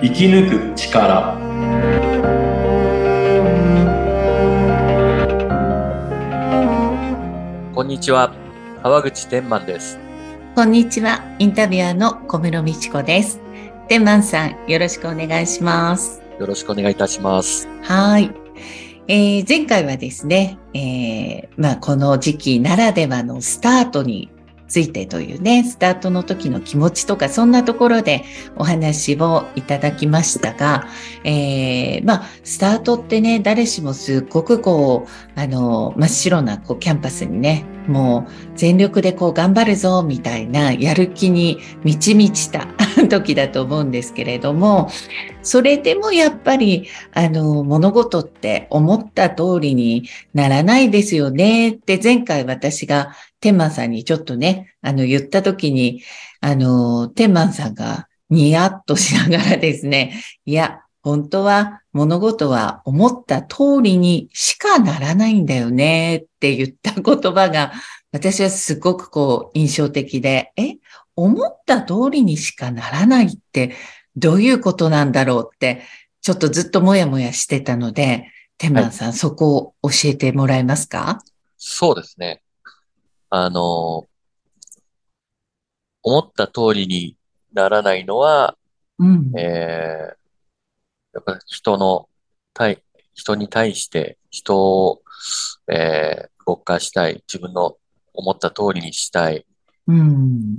生き抜く力。 こんにちは、川口天満です。 こんにちは。インタビュアーの小室美智子です。天満さん、よろしくお願いします。 よろしくお願いいたします。 はい。前回はですね、この時期ならではのスタートについてというね、スタートの時の気持ちとか、そんなところでお話をいただきましたが、スタートってね、誰しもすっごく真っ白なキャンパスにね、もう全力で頑張るぞみたいなやる気に満ち満ちた時だと思うんですけれども、それでもやっぱり物事って思った通りにならないですよねって前回私が天満さんにちょっとね、言った時に、天満さんがニヤッとしながらですね、いや、本当は物事は思った通りにしかならないんだよねって言った言葉が私はすごく印象的で、思った通りにしかならないってどういうことなんだろうって、ちょっとずっともやもやしてたので、天はい。 満さん、そこを教えてもらえますか？ そうですね。思った通りにならないのは、 うん。 えやっぱり対、人に対して人を、動かしたい、自分の思った通りにしたい、 うん。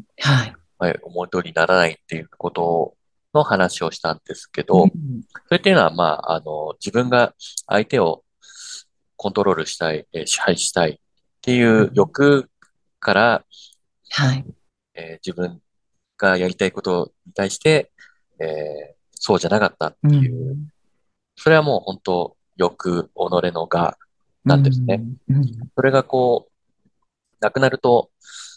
はい。 はい、思う通りにならないっていうことの話をしたんですけうど、 ん。 それっていうのは、自分が相手をコントロールしたい、支配したいっていう欲から、 はい。 自分がやりたいことに対して、そうじゃなかったっうていう、 ん。 それはもう本当欲、己の我うなんですね。 ん。うん。 それがなくなると、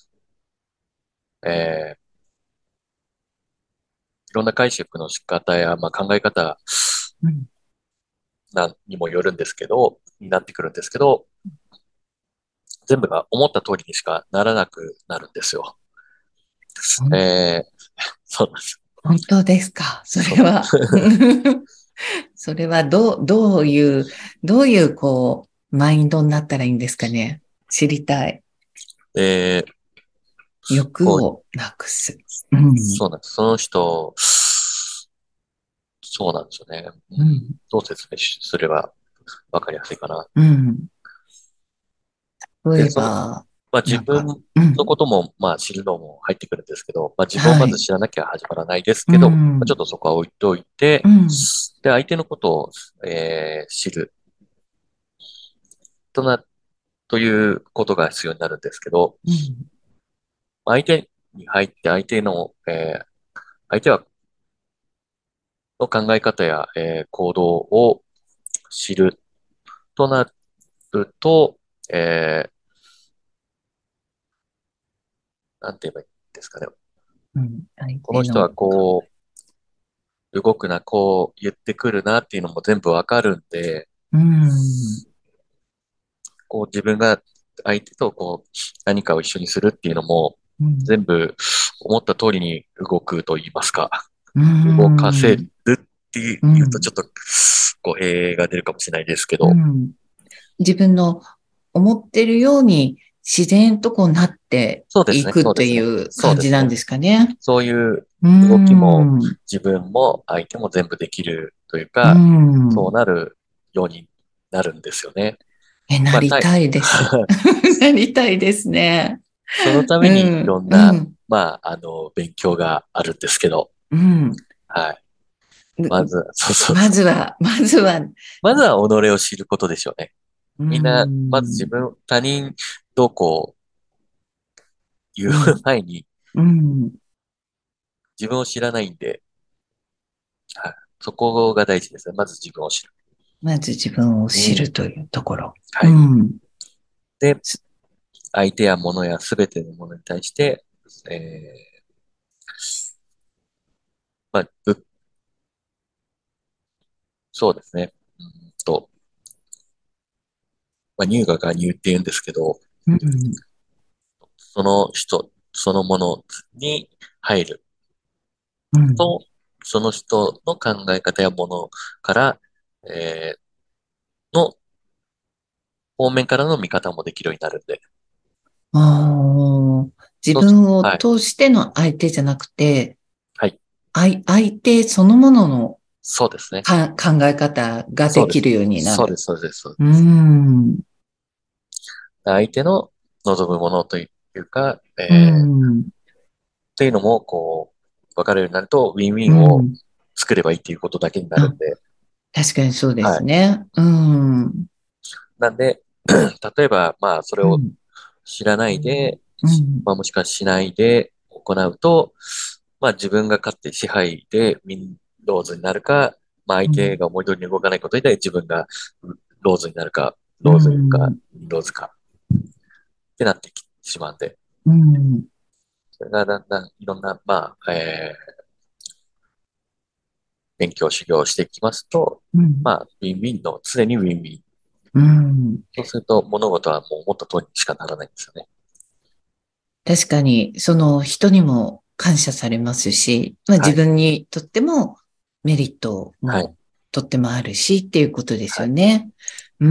えいろんな解釈の仕方や、考え方うん。 にもよるんですけど、になってくるんですけど、全部が思った通りにしかならなくなるんですよ。えー、そうなんです。 本当ですか？そそうなんでれは。 す。 それはどういうマインドになったらいいんですかね？知りたい。 で、こう、 欲をなくす。うん。 そうなんです。その人、そうなんですよね。 うん。 どう説明すればわかりやすいかな。 うん。例で、 えば、 自分うん。 のことも、知るのも入ってくるんですけど、自分をまずはい。 知らなきゃ始まらないですうけど、ちょん。 っとそこは置いといて、 うん。 で、相手のことを、知るとな、ということが必要になるんですけど、 うん。 相手に入って相手の考え方や、行動を知るとなると、えなんて言えばいいんですかね。 うん。相この人は手の考動くな、こう言ってくるなっていうのも全部わかるんで、 え。うん。 自分が相手と何かを一緒にするっていうのも、 うん。 全部思った通りに動くと言いますか、 う動かせるん。 ってうん。 いうとちょっと語弊が出るかもしれないですけど、 うん。自分の思ってるように自然となってそうですね、 いくってそうですね、 いうそうですね。 感じなんですかね？ そういうう動きもん。 自分も相手も全部できるといううか、そうん。 なるようになるんですよね。 なまあ、たいりたいです。なりたいですね。 そのたうめにいろん。 んな、 うん。 勉強があるんですけど、 うん。 はい。まず、そうそうそう。 まずは、 まずは己を知ることでしょうね。 うみんな、まずん。 他人どう言ううん。 前にうん。 自分を知らないんで、はい。そこが大事ですね。まず自分を知る。 まず自分をうん。 知るというところ。 はい。 うん。 で、相手や物やすべてのものに対して、えまあ、ぶそうですね。乳が我入って言うんですけど、 うん。 その人、そのものに入るうん。 と、 その人の考え方やものから、の方面からの見方もできるようになるんで。 ああ、自そうす、 分をはい。 通しての相手じゃなくて、 はい。 相手そのもののそうですね。 考え方がそうです。 できるようになる。 そうです。そうです。そううーです。 ん、 相手の望むものというか、 うん、 っていうのも、こう、分かるようになると、ウィンウィンをうん。 作ればいいっていうことだけになるあ、 んで、 確かにそうではい。 すね。うん、うん、 なんで、例えば、まあ、それをうん、 知らないで、 うん、 まあ、もしくはしないで行うと、まあ、自分が勝って支配でローズになるか、まあ、相手が思い通りに動かないことで自分がローズになるか、 うローズか、 ん、 ローズかってなってきてしまうんで、 うん、 それがだんだんいろんな、まあ、勉強修行していきますと、 うん、 まあ、ウィンウィンの、常にウィンウィン。 うん。 そうすると物事はもうもっと通りにしかならないんですよね。 確かに、その人にも感謝されますし、まあ自はい。 分にとってもメリットはい。 もとってもあるしっていうことですはい。 よね。うん。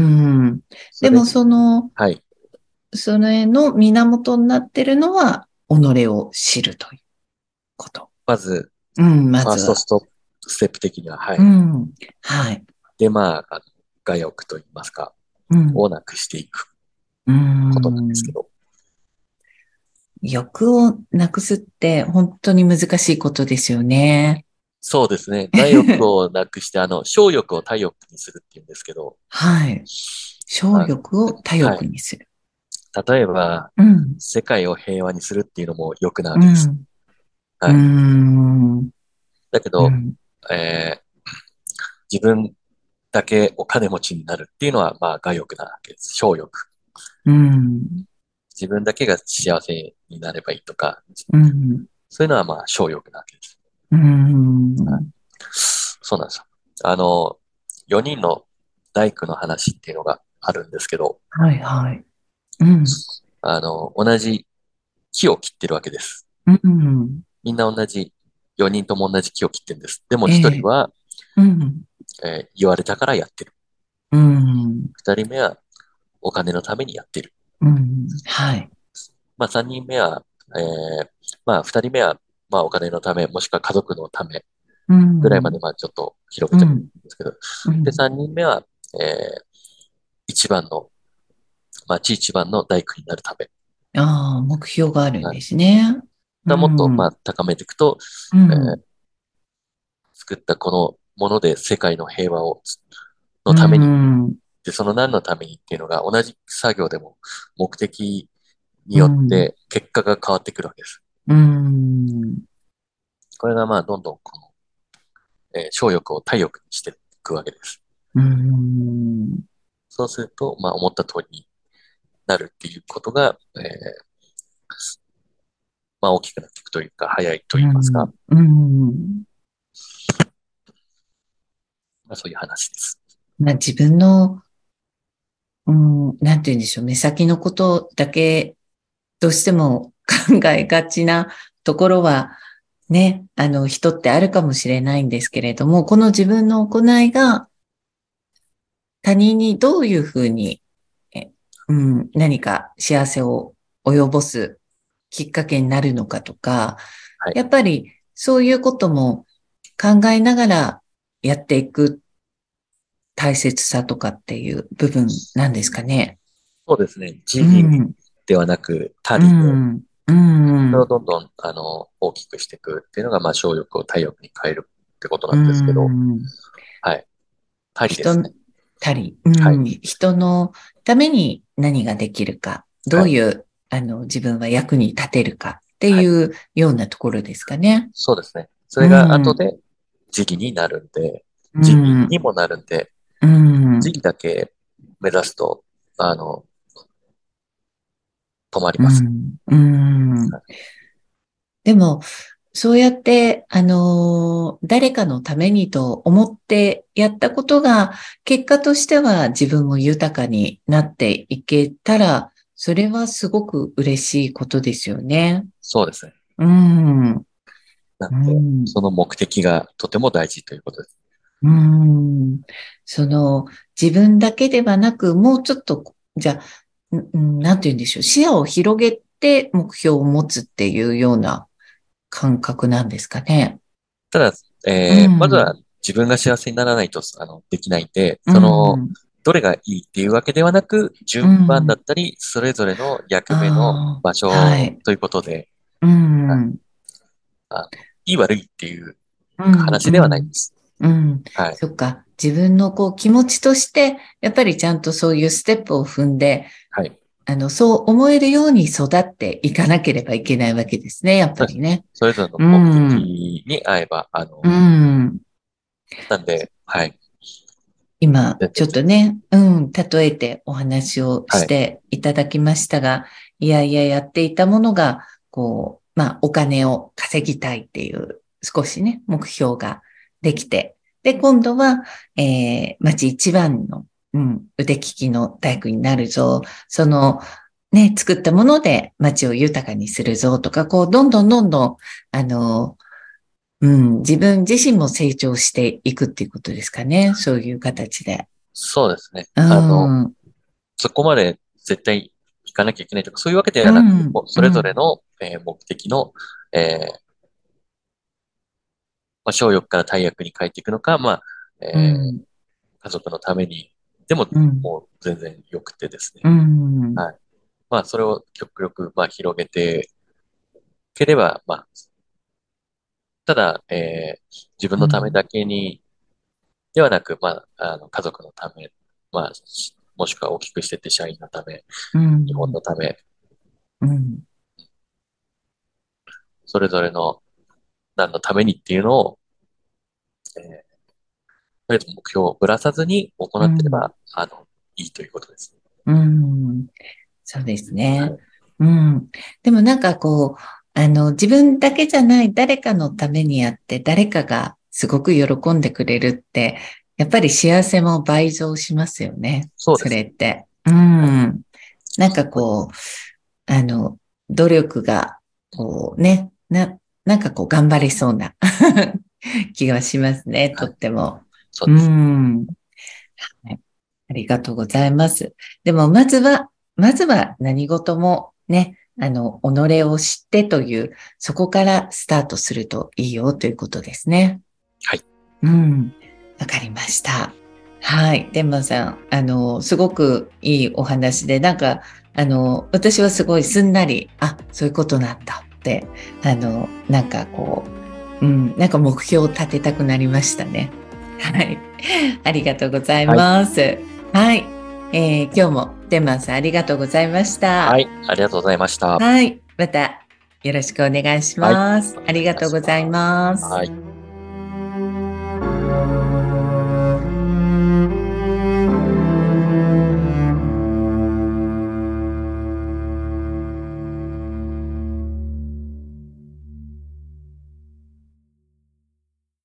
それ、 でもはい。 それの源になってるのは、己を知るということ。 まず、 うん、まファーずは。 ストステップ的には、はい。 うん。はい。 で、まあ、我欲と言いますか、 うん。 をなくしていくうことなんですけん。 ど。 欲をなくすって本当に難しいことですよね。 そうですね。我欲をなくして、小欲を他欲にするっていうんですけど、 はい。小あ、 欲を多はい。 欲にする。 例えば、 うん。 世界を平和にするっていうのも欲なわけです。 うん。うーはい。 ん。 だけど、 うん。 えー自分だけお金持ちになるっていうのは、まあ、我欲なわけです。小欲。 うん。 自分だけが幸せになればいいとか、 うん。 そういうのはまあ、小欲なわけです。 うはい。 ん。 そうなんですよ。4人の大工の話っていうのがあるんですけど、 はいはい。うん。 同じ木を切ってるわけです。 うん。 みんな同じ、4人とも同じ木を切ってるんです。でも1人ええ。 は、 うん。 言われたからやってる。 うん。 2人目はお金のためにやってる。 うん。はい。 まあ3人目は、まあ2人目は、まあお金のため、もしくは家族のためうん。 ぐらいまでまあちょっと広げてもいいうん。 んですけど、で、 うん。 3人目は、一番の、まあ地一番の大工になるため。 ああ、目標があるんはい。 ですね。うもっとまあん。 高めていくと、えーうん。 作ったこのもので世界の平和うのために、 ん。 で、その何のためにっていうのが同じ作業でも目的にうよっん。 て結果が変わってくるわけです。 うん。 これがまあどんどんこの、小欲を大欲にしていくわけです。 うん。 そうすると、まあ思った通りになるっていうことが、まあ大きくなっていくというか、早いとう言いますか、 ん。うん。 まあそういう話です。 まあ、自分の、うん、なんて言うんでしょう、目先のことだけどうしても考えがちなところはね、人ってあるかもしれないんですけれども、この自分の行いが他人にどういうふうに、えうん、何か幸せを及ぼすきっかけになるのかとか、 はい。 やっぱりそういうことも考えながらやっていく大切さとかっていう部分なんですかね。 そうですね。 う自利ん、 ではなく他う利で、 ん、うん、 それをどんどん、大きくしていくっていうのが、まあ小欲を大欲に変えるってことなうんですけど、 ん。 はい。他利ですね。 人たり、うはい。 ん、人のために何ができるか、どはい。 ういう、自分は役に立てるかってはい。 いうようなところですかね。 そうですね。そうれが後ん、 で自利になるんで、 う自利ん、 にもなるんで、 うん、 自利だけ目指すと、止まります。 うん、うん。でも、そうやって、誰かのためにと思ってやったことが、結果としては自分も豊かになっていけたら、それはすごく嬉しいことですよね。 そうですね。 うん。 なうので、 ん。 その目的がとても大事ということです。 うん。その、自分だけではなく、もうちょっと、じゃあ、なんて言うんでしょう。視野を広げて目標を持つっていうような感覚なんですかね。 ただ、 うまずはん。 自分が幸せにならないと、できないんで、 うん。 どれがいいっていうわけではなく、 う順番だん。 ったり、それぞれの役目のあ場あ、はい。 所ということで、 うはい、 ん。 いい悪いっていううん。 話ではないでうん。 す。 うん。 はい。 そっか。自分のこう気持ちとして、やっぱりちゃんとそういうステップを踏んで、 はい。 そう思えるように育っていかなければいけないわけですね、やっそうです。 ぱりね。 それぞれのう目ん。 的に合えば、 うん。 なんで、はい。 今、 全然ちょっとね、うん、例えてお話をはい。 していただきましたが、いやいややっていたものが、こう、まあ、お金を稼ぎたいっていう、少しね、目標ができて、で、今度は、町一番の、腕利きの大工になるぞ、その、ね、作ったもので町を豊かにするぞとか、こう、どんどんどんどん、あの、自分自身も成長していくっていうことですかね。そういう形で。 そうですね。 うん、うん、 そこまで絶対行かなきゃいけないとか、そういうわけでうはなく、 ん、 それぞれの、目的の、まあ、小欲から大欲に変えていくのか、まあ、 うん、 家族のために、でも、 うん、 もう全然良くてですね。 うん、 はい。まあ、それを極力、まあ、広げていければ、まあ、ただ、自分のためだけに、ではなく、まあ、家族のため、まあ、もしくは大きくしてって社員のため、 う日本ん、 のため、 うん、 それぞれの何のためにっていうのを、とりあえず目標をぶらさずに行うん、 ってれば、いいということです。 うん、そうですね。 はい。 うん。でもなんかこう、自分だけじゃない誰かのためにやって誰かがすごく喜んでくれるって、やっぱり幸せも倍増しますよね。そそうですね。 れって。うはい。 ん。なんかそこに、 こう、あの、努力が、こうね、なんかこう頑張れそうな気がしますね、とはい。 っても。うそうです。 ん。はい、ありがとうございます。でも、まずは何事もね、己を知ってという、そこからスタートするといいよということですね。 はい。 うん、わかりました。はい。デンマンさん、すごくいいお話で、なんか、私はすごいすんなり、あ、そういうことなんだって、なんかこう、なんか目標を立てたくなりましたね。はい。ありがとうございはい。 ます。はい。今日もデンマンさんありがとうございました。 はい。ありがとうございました。 はい。またよろしくお願いしはい。 ます。 お願ありがいいたしとうございます。 ます。 はい。